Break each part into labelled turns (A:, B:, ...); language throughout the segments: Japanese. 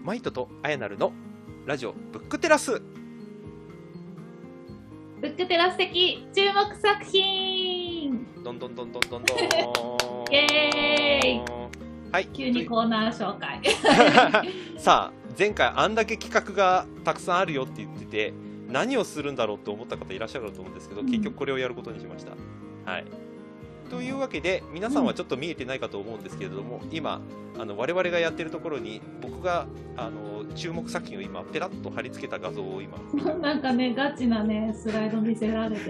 A: マイトとあやなるのラジオブックテラス。
B: ブックテラス的注目作品。
A: どんどんどんどんどんどん。
B: イエーイ。
A: はい。
B: 急にコーナー紹介。
A: さあ、前回あんだけ企画がたくさんあるよって言ってて、何をするんだろうって思った方いらっしゃると思うんですけど、結局これをやることにしました。はい。というわけで、皆さんはちょっと見えてないかと思うんですけれども、今我々がやってるところに僕が注目作品を今ペラッと貼り付けた画像を今
B: なんかね、ガチなねスライド見せられてます。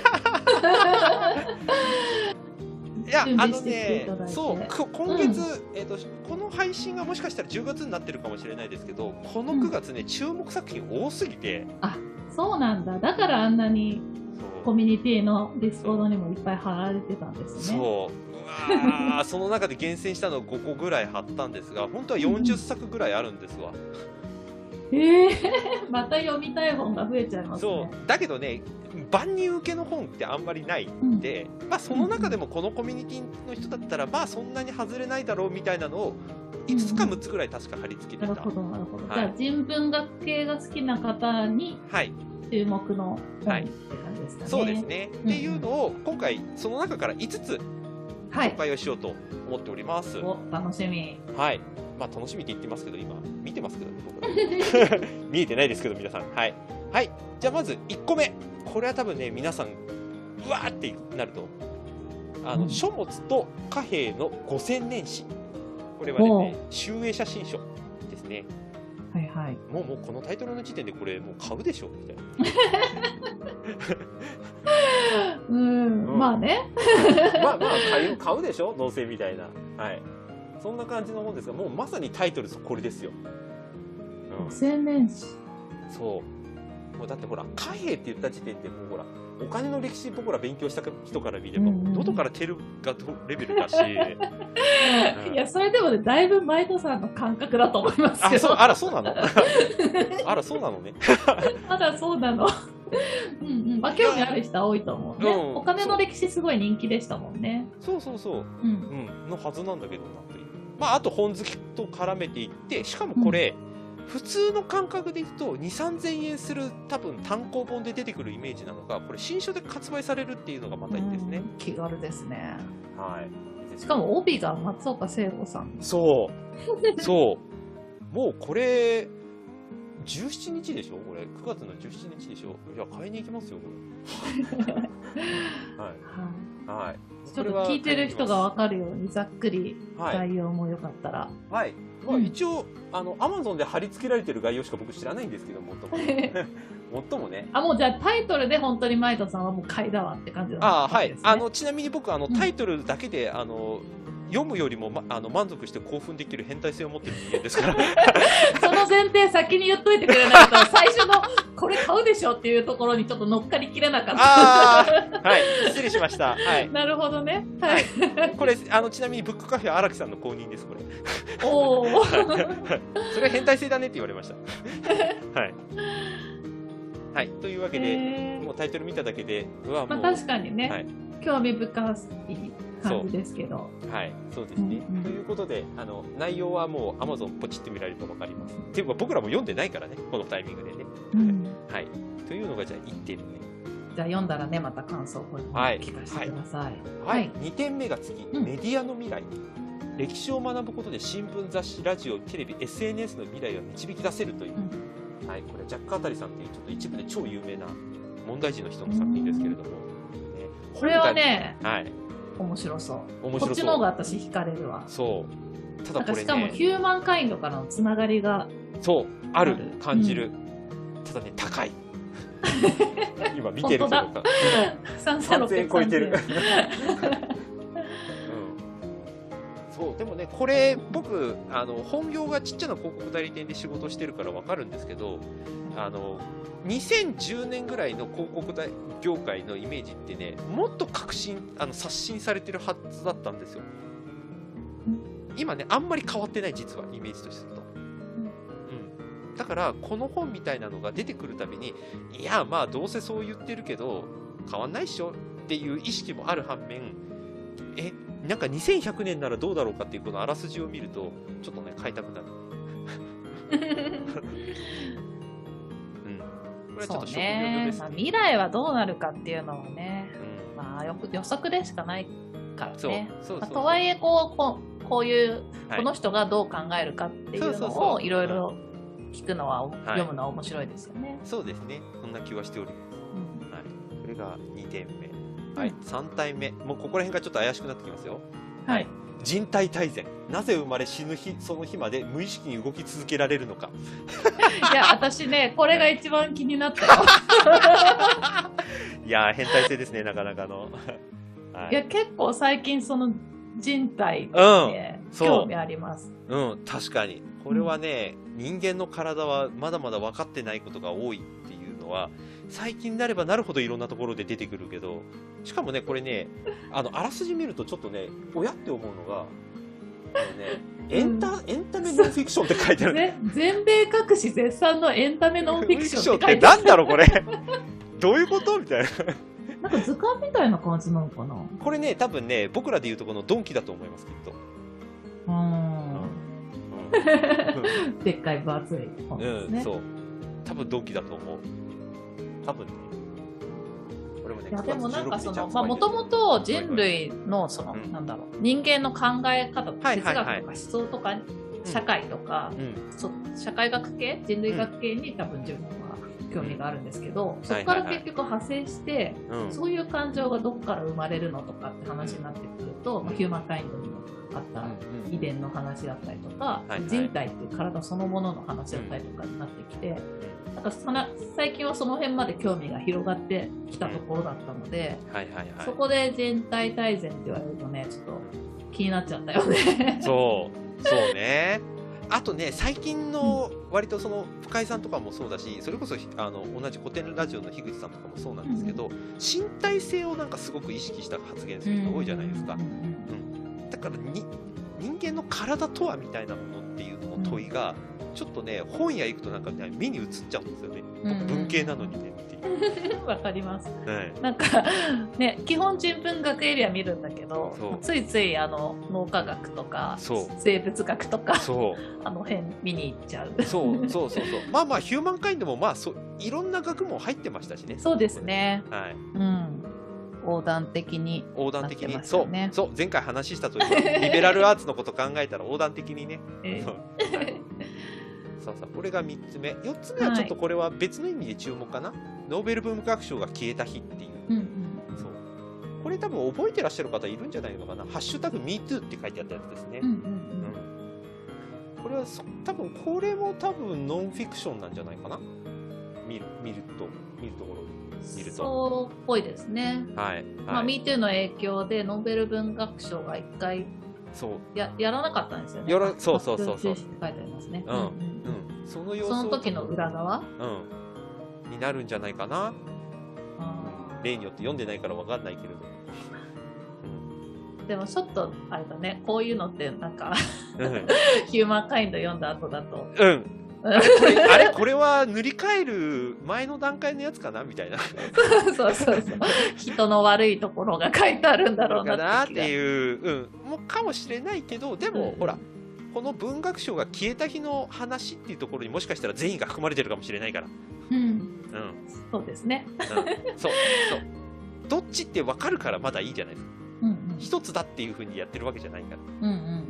A: いやそう今月、この配信がもしかしたら10月になってるかもしれないですけど、この9月ね、注目作品多すぎて。
B: あ、そうなんだ。だからあんなにコミュニティのディスコードにもいっぱい貼られてたんですね。
A: そう、うわその中で厳選したのを5個ぐらい貼ったんですが、本当は40作ぐらいあるんですわ。
B: また読みたい本が増えちゃいますね。
A: そうだけどね、万人受けの本ってあんまりないんで、まあその中でもこのコミュニティの人だったらまあそんなに外れないだろうみたいなのを5つか6つぐらい確か貼り付けてた。
B: なるほどなるほど。じゃあ人文学系が好きな方に注目の本って感じですかね。
A: そうですね。っていうのを今回その中から5つ紹介をしようと思っております。
B: お、楽しみ。
A: はい。まあ楽しみって言ってますけど、今見てますけどね、僕ら見えてないですけど皆さん。はいはい。じゃあまず1個目、これは多分ね皆さんうわーってなると書物と貨幣の5000年史。これはね集英写真書ですね。
B: はいはい。
A: もうこのタイトルの時点でこれもう買うでしょみたいな。
B: まあね。
A: まあ買うでしょどうせみたいな。はい。そんな感じのもんですが、もうまさにタイトルこれですよ。
B: 5000年史。
A: そう。もうだってほら貨幣って言った時点でもうほらお金の歴史僕ら勉強した人から見れば喉から手るがレベルだし。
B: いやそれでもねだいぶ前田さんの感覚だと思いますけど。
A: あらそうなの？あらそうなのね。
B: あらそうなの。まあ興味ある人は多いと思うね。お金の歴史すごい人気でしたもんね。
A: そうのはずなんだけどなという。まああと本好きと絡めていって、しかもこれ。普通の感覚でいくと2、3000円する多分単行本で出てくるイメージなのが、これ新書で発売されるっていうのがまたいいですね。
B: 気軽ですね。
A: はい。
B: しかも帯が松岡聖子さん。
A: そうもうこれ17日でしょ、これ9月の17日でしょ。いや買いに行きますよこれ。はい。
B: ちょっと聞いてる人が分かるようにざっくり概要もよかったら。
A: はい。まあ一応Amazon で貼り付けられてる概要しか僕知らないんですけども、もっともね。
B: もうじゃあタイトルで本当にマイトさんはもう買いだわって感じなんですね。
A: はい。ちなみに僕タイトルだけで読むよりも満足して興奮できる変態性を持ってる人間ですから。
B: その前提先に言っといてくれないと最初のこれ買うでしょっていうところにちょっと乗っかりきれなかった。
A: はい、失礼しました。はい。
B: なるほどね。
A: はい。これちなみにブックカフェ荒木さんの公認ですこれ。
B: おお。
A: それは変態性だねって言われました。はい。はい。というわけでもうタイトル見ただけで
B: まあ確かにね、興味深い感じですけど。
A: はい、そうですね。ということで内容はもう Amazon ポチってみられると分かります。っていうか僕らも読んでないからねこのタイミングでね。はい。というのがじゃあ1点目。
B: じゃあ読んだらねまた感想を聞かせてください。
A: はい。2点目が次、メディアの未来。歴史を学ぶことで新聞、雑誌、ラジオ、テレビ、SNS の未来を導き出せるという、はい、これジャック・アタリさんというちょっと一部で超有名な問題児の人の作品ですけれども、
B: これはね、
A: はい、
B: 面白そう。こっちの方が私惹かれるわ。
A: そう。ただこれね、
B: しかもヒューマンカインドからのつながりが
A: ある感じる。ただね高い。今見てるけど3000円超えてる。そうでもねこれ僕本業がちっちゃな広告代理店で仕事してるから分かるんですけど、2010年ぐらいの広告業界のイメージってねもっと刷新されてるはずだったんですよ。今ねあんまり変わってない実はイメージとしてすると、だからこの本みたいなのが出てくるたびにいやまあどうせそう言ってるけど変わんないっしょっていう意識もある反面なんか2100年ならどうだろうかっていうこのあらすじを見るとちょっとね買いたくなる。 これはちょっと職業病ですね。
B: 未来はどうなるかっていうのはね、まあ予測でしかないからね。とはいえこういう、この人がどう考えるかっていうのをいろいろ聞くのは、読むのは面白いですよね。
A: そうですね。そんな気はしております。これが2点目。はい、3体目。もうここら辺がちょっと怪しくなってきますよ。はい。人体大全。なぜ生まれ死ぬ日、その日まで無意識に動き続けられるのか。
B: いや、私ね、これが一番気になったよ。
A: いや、変態性ですね、なかなかの。
B: いや、結構最近その人体って興味あります。
A: 確かに。これはね、人間の体はまだまだ分かってないことが多いっていうのは、最近になればなるほどいろんなところで出てくるけど、しかもね、これね、あらすじ見るとちょっとね、親って思うのが、エンタメノンフィクションって書いてある。
B: 全米各紙絶賛のエンタメノンフィクションって書いてある。
A: なんだろうこれ。どういうことみたいな。
B: なんか図鑑みたいな感じなのかな。
A: これね、多分ね、僕らでいうとこのドンキだと思います、きっと。
B: でっかい分厚い本ですね。
A: そう。多分ドンキだと思う。多分ね。
B: いやでもなんかそのもともと人類のそのなんだろう、人間の考え方、哲学とか思想とか社会とか社会学系、人類学系に多分自分は興味があるんですけど、そこから結局派生してそういう感情がどこから生まれるのとかって話になってくると、ヒューマンカインドにもあった遺伝の話だったりとか、人体っていう体そのものの話だったりとかになってきて。なんか最近はその辺まで興味が広がってきたところだったので、そこで人体大全って言われるとね、ちょっと気になっちゃったよね。
A: そうね。あとね、最近の割とその深井さんとかもそうだし、それこそ同じ古典ラジオの樋口さんとかもそうなんですけど、身体性をなんかすごく意識した発言する人多いじゃないですか。だから人間の体とはみたいなものっていうのの問いが、ちょっとね、本屋行くとなんか、ね、目に映っちゃうんですよね。文系なのにねっていう。
B: わかります。なんかね、基本人文学エリア見るんだけど、ついつい脳科学とか生物学とかあの辺見に行っちゃう。
A: そう。まあヒューマンカインドもまあいろんな学問入ってましたしね。
B: そうですね。横断的に、
A: そう前回話したとおりリベラルアーツのこと考えたら横断的にね。これが3つ目。4つ目はちょっとこれは別の意味で注目かな。ノーベル文学賞が消えた日っていう。これ多分覚えてらっしゃる方いるんじゃないのかな。ハッシュタグ MeToo って書いてあったやつですね。これは多分多分ノンフィクションなんじゃないかな。見るところ見ると
B: そうっぽいですね。MeToo の影響でノーベル文学賞が1回やらなかったんですよね。
A: そう
B: 中止って書いてありますね。
A: その
B: 時の裏側
A: になるんじゃないかな。例によって読んでないから分かんないけれど。
B: でもちょっとあれだね、こういうのってなんかヒューマンカインド読んだ後だと
A: これは塗り替える前の段階のやつかなみたいな。
B: そう人の悪いところが書いてあるんだろうな
A: っていうもかもしれないけど、でもほらこの文学賞が消えた日の話っていうところにもしかしたら善意が含まれてるかもしれないから。
B: そうですね。
A: そうどっちって分かるからまだいいじゃないですか。一つだっていうふうにやってるわけじゃないから。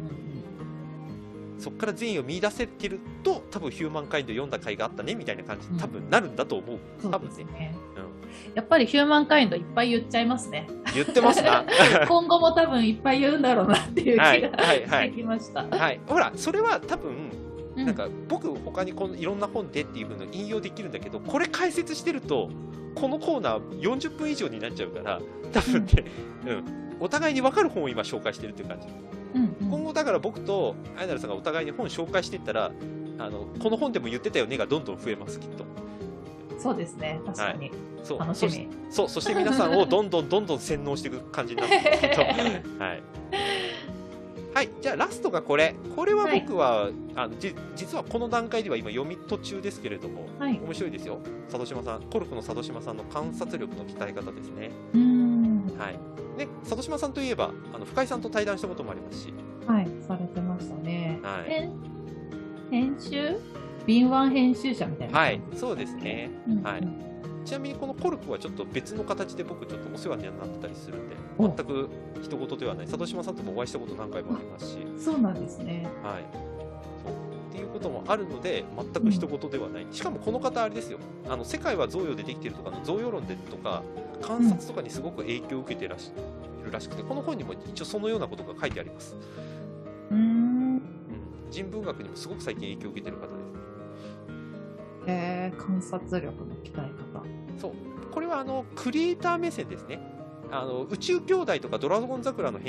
A: そっから善意を見出せてると多分ヒューマンカインド読んだ回があったねみたいな感じに多分なるんだと思う。多分ね。
B: やっぱりヒューマンカインドいっぱい言っちゃいますね。
A: 言ってますな。
B: 今後も多分いっぱい言うんだろうなっていう気がしてきました。
A: ほらそれは多分なんか僕他にいろんな本でっていう風に引用できるんだけど、これ解説してるとこのコーナー40分以上になっちゃうから多分ね、お互いに分かる本を今紹介してるっていう感じ。今後だから僕とあやなるさんがお互いに本紹介していったらこの本でも言ってたよねがどんどん増えますきっと。
B: そうですね、確かに。楽しみ。
A: そして皆さんをどんどん洗脳していく感じになってますけど。はい、じゃあラストがこれは僕は、実はこの段階では今読み途中ですけれども、面白いですよ。コルフの佐渡島さんの観察力の鍛え方ですね。佐渡島さんといえば深井さんと対談したこともありますし、
B: されてましたね。編集敏腕編集者みたいな。
A: はい、そうですね。はい。ちなみにこのコルクはちょっと別の形で僕ちょっとお世話にはなってたりするんで、全く人事ではない。里島さんともお会いしたこと何回もありますし。
B: そうなんですね。
A: はい。そうっていうこともあるので、全く人事ではない。しかもこの方あれですよ。世界は贈与でできているとかの贈与論でとか観察とかにすごく影響を受けているらしくて、この本にも一応そのようなことが書いてあります。人文学にもすごく最近影響を受けている方ですね。
B: 観察力の鍛え方。
A: そう、これはクリエイター目線ですね。宇宙兄弟とかドラゴン桜の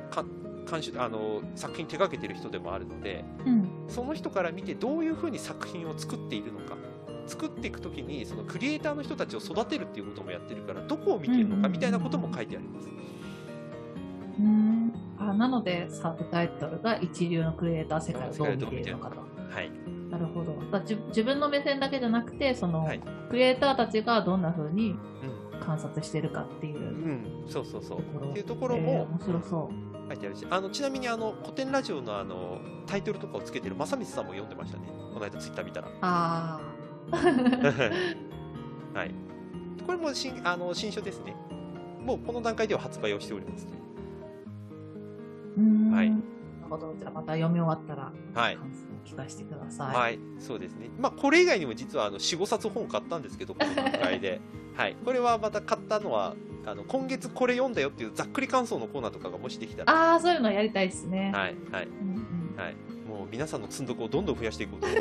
A: 作品手掛けてる人でもあるので、その人から見てどういうふうに作品を作っているのか、作っていくときにそのクリエイターの人たちを育てるっていうこともやってるから、どこを見ているのかみたいなことも書いてあります。
B: なのでサブタイトルが一流のクリエイター世界をどう見ているのかと。
A: はい。
B: なるほど。自分の目線だけじゃなくて、その、クリエイターたちがどんな風に観察してるかっていう。
A: そうそうそう。っていうところも
B: 面白そう。
A: 書いてあるし、ちなみに古典ラジオのタイトルとかをつけてる正光さんも読んでましたね。この間ツイッター見たら。
B: はい。
A: これも新書ですね。もうこの段階では発売をしております。はい。
B: なるほど。じゃあまた読み終わったら、
A: はい。
B: 聞かせてください。
A: はい、そうですね。まあこれ以外にも実は4、5冊本買ったんですけど、この段階で。はい。これはまた買ったのは今月これ読んだよっていうざっくり感想のコーナーとかがもしできた
B: ら。そういうのやりたいですね。
A: はいはい。はい。もう皆さんの積んどこをどんどん増やしていこうと。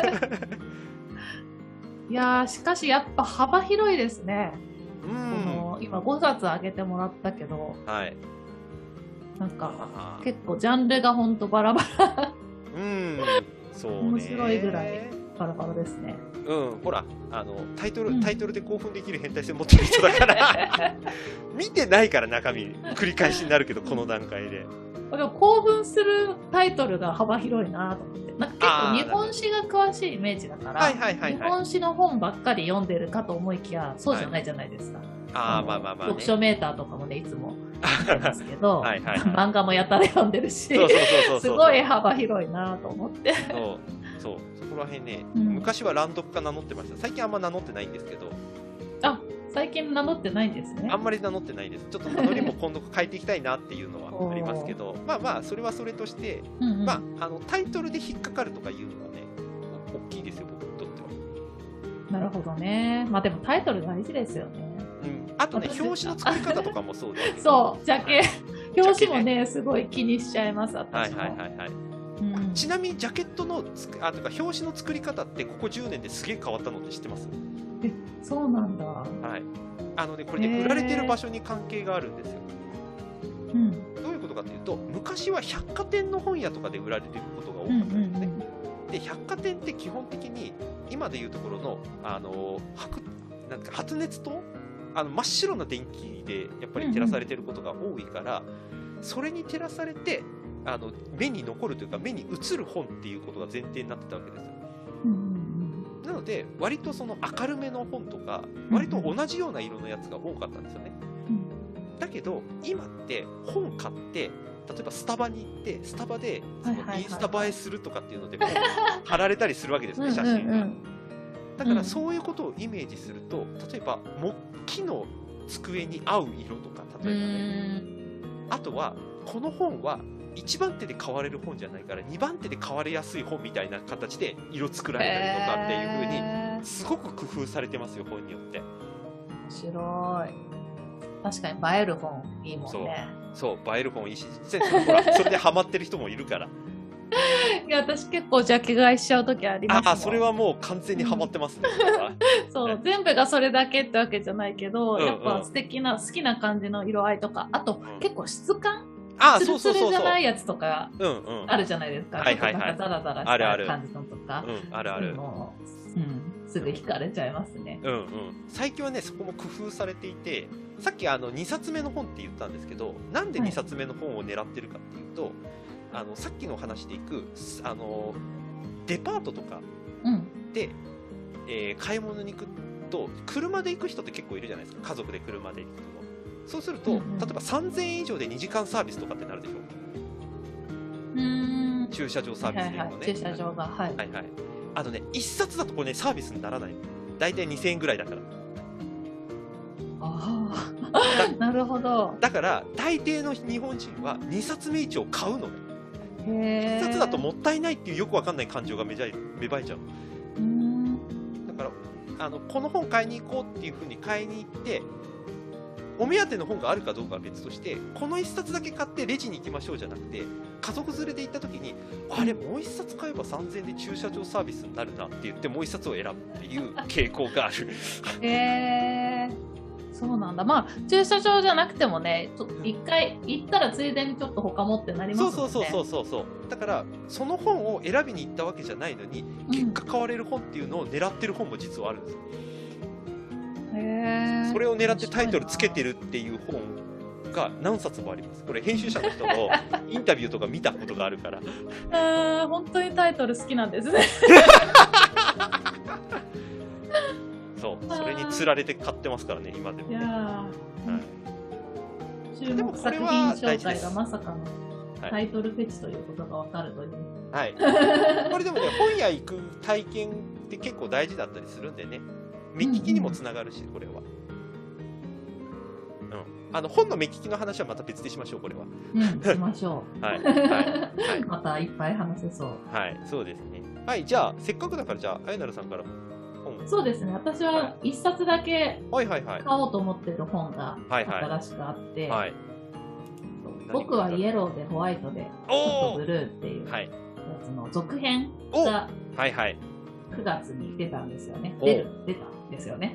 B: いやしかしやっぱ幅広いですね。今5冊あげてもらったけど。
A: はい。
B: なんか結構ジャンルが本当バラバラ。
A: そうね。
B: 面白いぐらいバラバラですね。
A: ほらタイトルで興奮できる変態性持ってる人だから見てないから中身繰り返しになるけどこの段階で。
B: でも興奮するタイトルが幅広いなと思って、なんか結構日本史が詳しいイメージだから、日本史の本ばっかり読んでるかと思いきやそうじゃないじゃないですか。読書メーターとかもねいつも見てますけど漫画もやたら読んでるしすごい幅広いなと思って。
A: そこら辺ね、昔は乱読家名乗ってました。最近あんま名乗ってないんですけど。
B: 最近名乗ってないんですね。
A: あんまり名乗ってないです。ちょっと名乗りも今度変えていきたいなっていうのはありますけどまあそれはそれとして、タイトルで引っかかるとかいうのはね大きいですよ、僕にとっては。
B: なるほどね。まあでもタイトル大事ですよね。
A: あとね、表紙の作り方とかもそうですけど。
B: そう、ジャケ、表紙もね、すごい気にしちゃいます、私も。
A: ちなみにジャケットのとか表紙の作り方ってここ10年ですげえ変わったのって知ってます？
B: そうなんだ。
A: はい。これね、売られてる場所に関係があるんですよ。どういうことかというと、昔は百貨店の本屋とかで売られてることが多かったんですね。で、百貨店って基本的に今でいうところのなんか発熱灯、真っ白な電気でやっぱり照らされてることが多いから、それに照らされて目に残るというか目に映る本っていうことが前提になってたわけですよ。なので割とその明るめの本とか割と同じような色のやつが多かったんですよね。だけど今って本買って例えばスタバに行ってスタバでそのインスタ映えするとかっていうので貼られたりするわけですね、写真が。だからそういうことをイメージすると、例えば木の机に合う色とか、例えばね、あとはこの本は1番手で買われる本じゃないから2番手で買われやすい本みたいな形で色作られたりとかっていう風にすごく工夫されてますよ、本によって。
B: 面白い。確かに映える本いいもんね。
A: そう映える本いいし、ほらそれでハマってる人もいるから。
B: いや私結構ジャケ買いしちゃう時ありますもん。
A: それはもう完全にハマってますね。
B: そう全部がそれだけってわけじゃないけど、やっぱ素敵な好きな感じの色合いとか、あと、結構質感ツルツルじゃないやつとかあるじゃないですか。ちょっとなんかザラザラした感じのとか、
A: あるある。
B: すぐ惹かれちゃいますね。
A: 最近はねそこも工夫されていて、さっき2冊目の本って言ったんですけど、なんで2冊目の本を狙ってるかっていうと、さっきの話でいくデパートとかで、買い物に行くと車で行く人って結構いるじゃないですか、家族で車で行くと。そうすると、例えば3000円以上で2時間サービスとかってなるでしょ。駐車場サービスでいうとね。
B: 駐車場が、
A: 1冊だとこれね、サービスにならない。だいたい2000円ぐらいだから。
B: ああ、なるほど。
A: だから、大抵の日本人は2冊目以上買うのね。1冊だともったいないっていうよくわかんない感情が芽生えちゃう。だから、この本買いに行こうっていう風に買いに行って、お目当ての本があるかどうかは別として、この1冊だけ買ってレジに行きましょうじゃなくて、家族連れで行った時に、あれ、もう1冊買えば3000円で駐車場サービスになるなって言って、もう1冊を選ぶっていう傾向がある。
B: そうなんだ。まあ、駐車場じゃなくてもね、一回行ったらついでにちょっと他もってなりますもんね。
A: そう。だから、その本を選びに行ったわけじゃないのに、結果買われる本っていうのを狙ってる本も実はあるんですよ。それを狙ってタイトルつけてるっていう本が何冊もあります。これ編集者の人のインタビューとか見たことがあるから。
B: 本当にタイトル好きなんですね。
A: そう、それにつられて買ってますからね、今でも、ね。いや
B: 注目作品紹介がまさかのタイトルフェチということが分かるという。
A: はい。これでもね、本屋行く体験って結構大事だったりするんでね。目利きにもつながるし、これは。本の目利きの話はまた別でしましょう、これは。
B: しましょう。はい。またいっぱい話せそう。
A: はい、そうですね。はい、じゃあ、せっかくだから、じゃあ、あやなるさんから
B: 本。そうですね、私は一冊だけ買おうと思ってる本が新しくあって、僕はイエローでホワイトで、ちょっとブルーっていうやつの続編が、9月に出たんですよね。出たんですよね。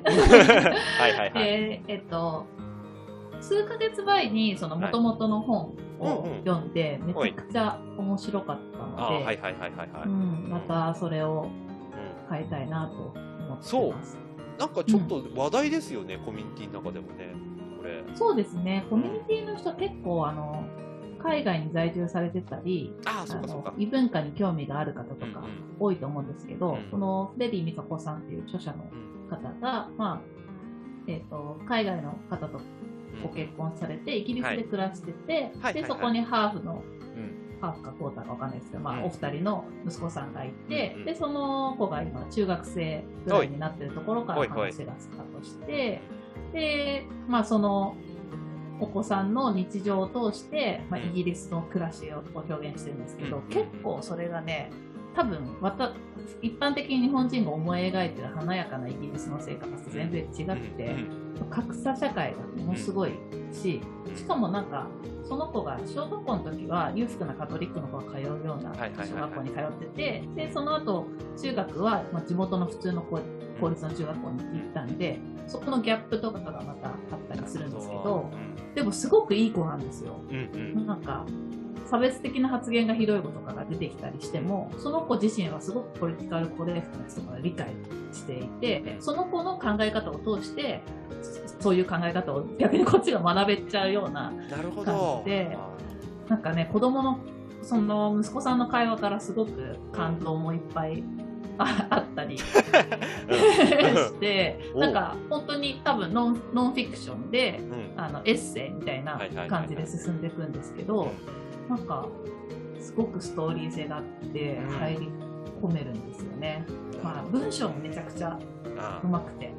B: 数ヶ月前にその元々の本を読んで、めちゃくちゃ面白かったので、またそれを買いたいなと思ってます。
A: なんかちょっと話題ですよね、コミュニティの中でもね、これ。
B: そうですね、コミュニティの人は結構海外に在住されてたり、異文化に興味がある方とか多いと思うんですけど、このフレディ・ミサコさんっていう著者の方が、海外の方とご結婚されてイギリスで暮らしてて、でそこにハーフかクォーターかわかんないですけど、お二人の息子さんがいて、でその子が今中学生ぐらいになってるところから話がスタートして、でそのお子さんの日常を通して、イギリスの暮らしを表現してるんですけど、結構それがね、多分一般的に日本人が思い描いてる華やかなイギリスの生活と全然違ってて、格差社会がものすごいし、しかもなんかその子が小学校の時は裕福なカトリックの子が通うような小学校に通ってて、でその後中学は地元の普通の公立の中学校に行ったんで、そこのギャップとかがまたあったりするんですけど、でもすごくいい子なんですよ。なんか差別的な発言がひどい子とかが出てきたりしても、その子自身はすごくポリティカルコレクトな人が理解していて、その子の考え方を通してそういう考え方を逆にこっちが学べちゃうような感じで、なんかね、子供のその息子さんの会話からすごく感動もいっぱいあったりして、なんか本当に多分ノンフィクションで、エッセイみたいな感じで進んでいくんですけど、なんかすごくストーリー性があって入り込めるんですよね。文章もめちゃくちゃうまくて。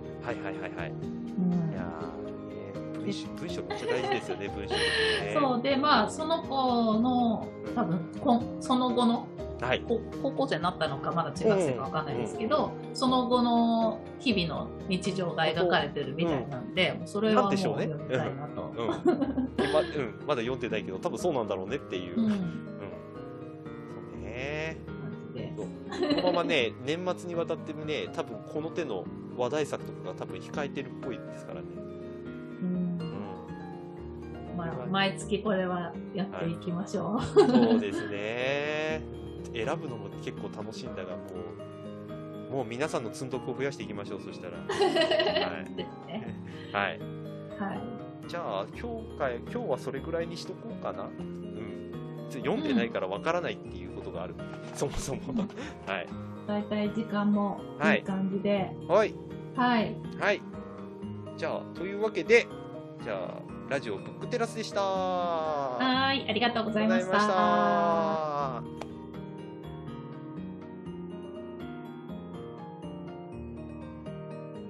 A: 文章めっちゃ大事ですよね、文章ね。
B: そうで、その子の多分その後の、高校生になったのかまだ中学生かわかんないですけど、その後の日々の日常が描かれてるみたいなんで、それはもう読みたいなと。
A: まだ読んでないけど多分そうなんだろうねっていう。そうね。このままね、年末にわたってね、多分この手の話題作とかが多分控えてるっぽいですからね。
B: 毎月これはやっていきましょう。
A: そうですね。選ぶのも結構楽しいんだが、もう皆さんの積んどくを増やしていきましょう。そしたら。はい。じゃあ今日はそれぐらいにしとこうかな。読んでないからわからないっていうことがある。そもそも。はい。
B: だいたい時間もいい感じで。
A: はい。じゃあというわけで、じゃあラジオブックテラスでした。
B: ありがとうございました。